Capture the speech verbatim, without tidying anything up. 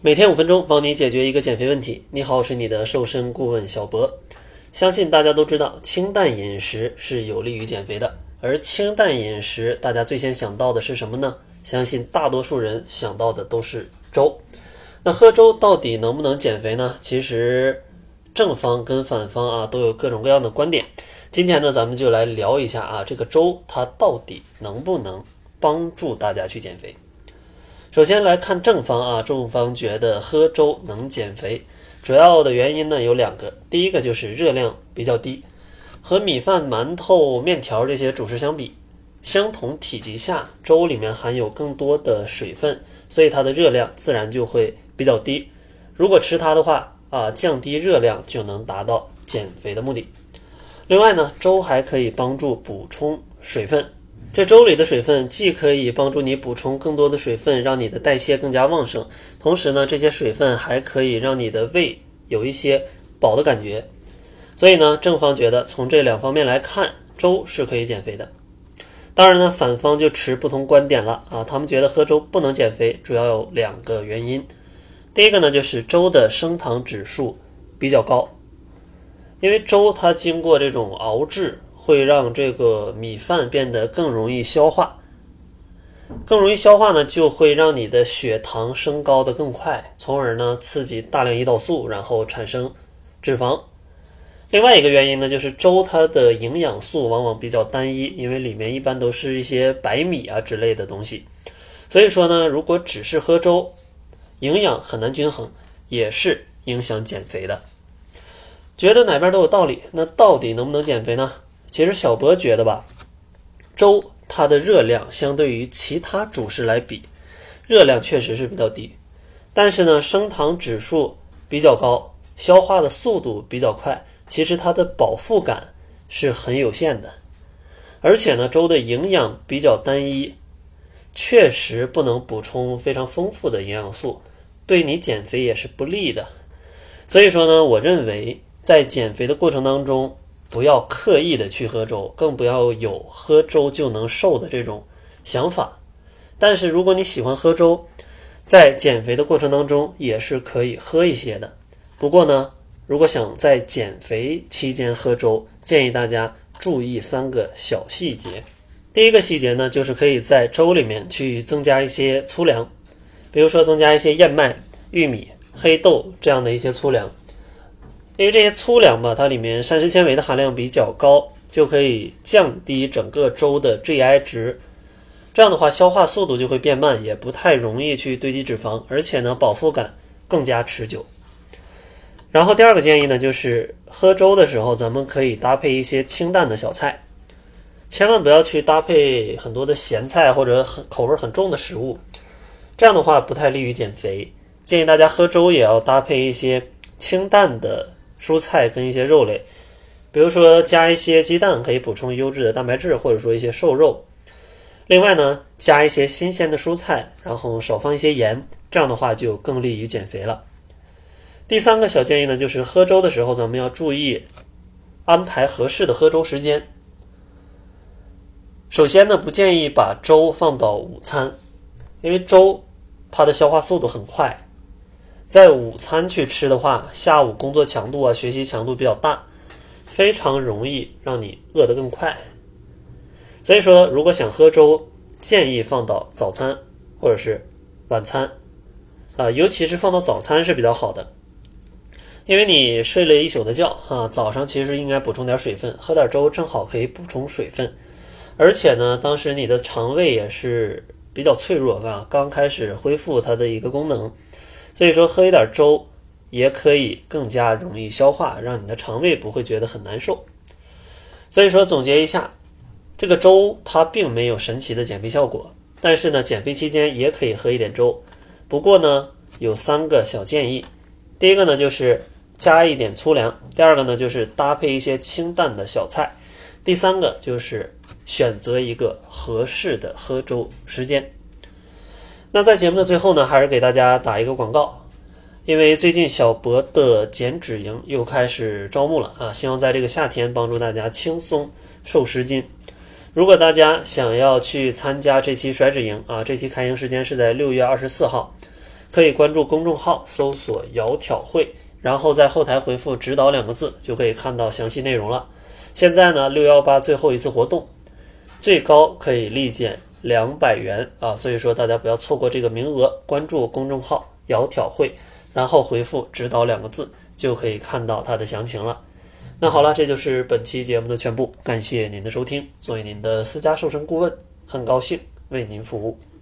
每天五分钟，帮你解决一个减肥问题。你好，我是你的瘦身顾问小博。相信大家都知道，清淡饮食是有利于减肥的。而清淡饮食，大家最先想到的是什么呢？相信大多数人想到的都是粥。那喝粥到底能不能减肥呢？其实正方跟反方啊都有各种各样的观点。今天呢，咱们就来聊一下啊，这个粥它到底能不能帮助大家去减肥。首先来看正方啊，正方觉得喝粥能减肥，主要的原因呢有两个。第一个就是热量比较低，和米饭、馒头、面条这些主食相比，相同体积下，粥里面含有更多的水分，所以它的热量自然就会比较低。如果吃它的话啊，降低热量就能达到减肥的目的。另外呢，粥还可以帮助补充水分。这粥里的水分既可以帮助你补充更多的水分，让你的代谢更加旺盛，同时呢，这些水分还可以让你的胃有一些饱的感觉。所以呢，正方觉得从这两方面来看，粥是可以减肥的。当然呢，反方就持不同观点了啊，他们觉得喝粥不能减肥，主要有两个原因。第一个呢，就是粥的升糖指数比较高，因为粥它经过这种熬制，会让这个米饭变得更容易消化，更容易消化呢，就会让你的血糖升高的更快，从而呢刺激大量胰岛素，然后产生脂肪。另外一个原因呢，就是粥它的营养素往往比较单一，因为里面一般都是一些白米啊之类的东西，所以说呢，如果只是喝粥，营养很难均衡，也是影响减肥的。觉得哪边都有道理，那到底能不能减肥呢？其实小博觉得吧，粥它的热量相对于其他主食来比，热量确实是比较低，但是呢，升糖指数比较高，消化的速度比较快，其实它的饱腹感是很有限的。而且呢，粥的营养比较单一，确实不能补充非常丰富的营养素，对你减肥也是不利的。所以说呢，我认为在减肥的过程当中，不要刻意的去喝粥，更不要有喝粥就能瘦的这种想法。但是如果你喜欢喝粥，在减肥的过程当中也是可以喝一些的。不过呢，如果想在减肥期间喝粥，建议大家注意三个小细节。第一个细节呢，就是可以在粥里面去增加一些粗粮，比如说增加一些燕麦、玉米、黑豆这样的一些粗粮。因为这些粗粮吧，它里面膳食纤维的含量比较高，就可以降低整个粥的 G I 值，这样的话消化速度就会变慢，也不太容易去堆积脂肪，而且呢饱腹感更加持久。然后第二个建议呢，就是喝粥的时候咱们可以搭配一些清淡的小菜，千万不要去搭配很多的咸菜或者很口味很重的食物，这样的话不太利于减肥。建议大家喝粥也要搭配一些清淡的蔬菜跟一些肉类，比如说加一些鸡蛋，可以补充优质的蛋白质，或者说一些瘦肉。另外呢，加一些新鲜的蔬菜，然后少放一些盐，这样的话就更利于减肥了。第三个小建议呢，就是喝粥的时候咱们要注意安排合适的喝粥时间。首先呢，不建议把粥放到午餐，因为粥它的消化速度很快，在午餐去吃的话，下午工作强度啊、学习强度比较大，非常容易让你饿得更快。所以说，如果想喝粥，建议放到早餐或者是晚餐，啊、呃，尤其是放到早餐是比较好的，因为你睡了一宿的觉啊，早上其实应该补充点水分，喝点粥正好可以补充水分。而且呢，当时你的肠胃也是比较脆弱啊，刚开始恢复它的一个功能。所以说喝一点粥也可以更加容易消化，让你的肠胃不会觉得很难受。所以说总结一下，这个粥它并没有神奇的减肥效果，但是呢，减肥期间也可以喝一点粥。不过呢，有三个小建议。第一个呢，就是加一点粗粮。第二个呢，就是搭配一些清淡的小菜。第三个就是选择一个合适的喝粥时间。那在节目的最后呢，还是给大家打一个广告，因为最近小博的减脂营又开始招募了啊，希望在这个夏天帮助大家轻松瘦十斤。如果大家想要去参加这期甩脂营啊，这期开营时间是在六月二十四号， 可以关注公众号搜索窈窕会，然后在后台回复指导两个字就可以看到详细内容了。现在呢六一八最后一次活动，最高可以立减两百元啊，所以说大家不要错过这个名额，关注公众号窈窕会，然后回复指导两个字就可以看到它的详情了。那好了，这就是本期节目的全部，感谢您的收听。作为您的私家瘦身顾问，很高兴为您服务。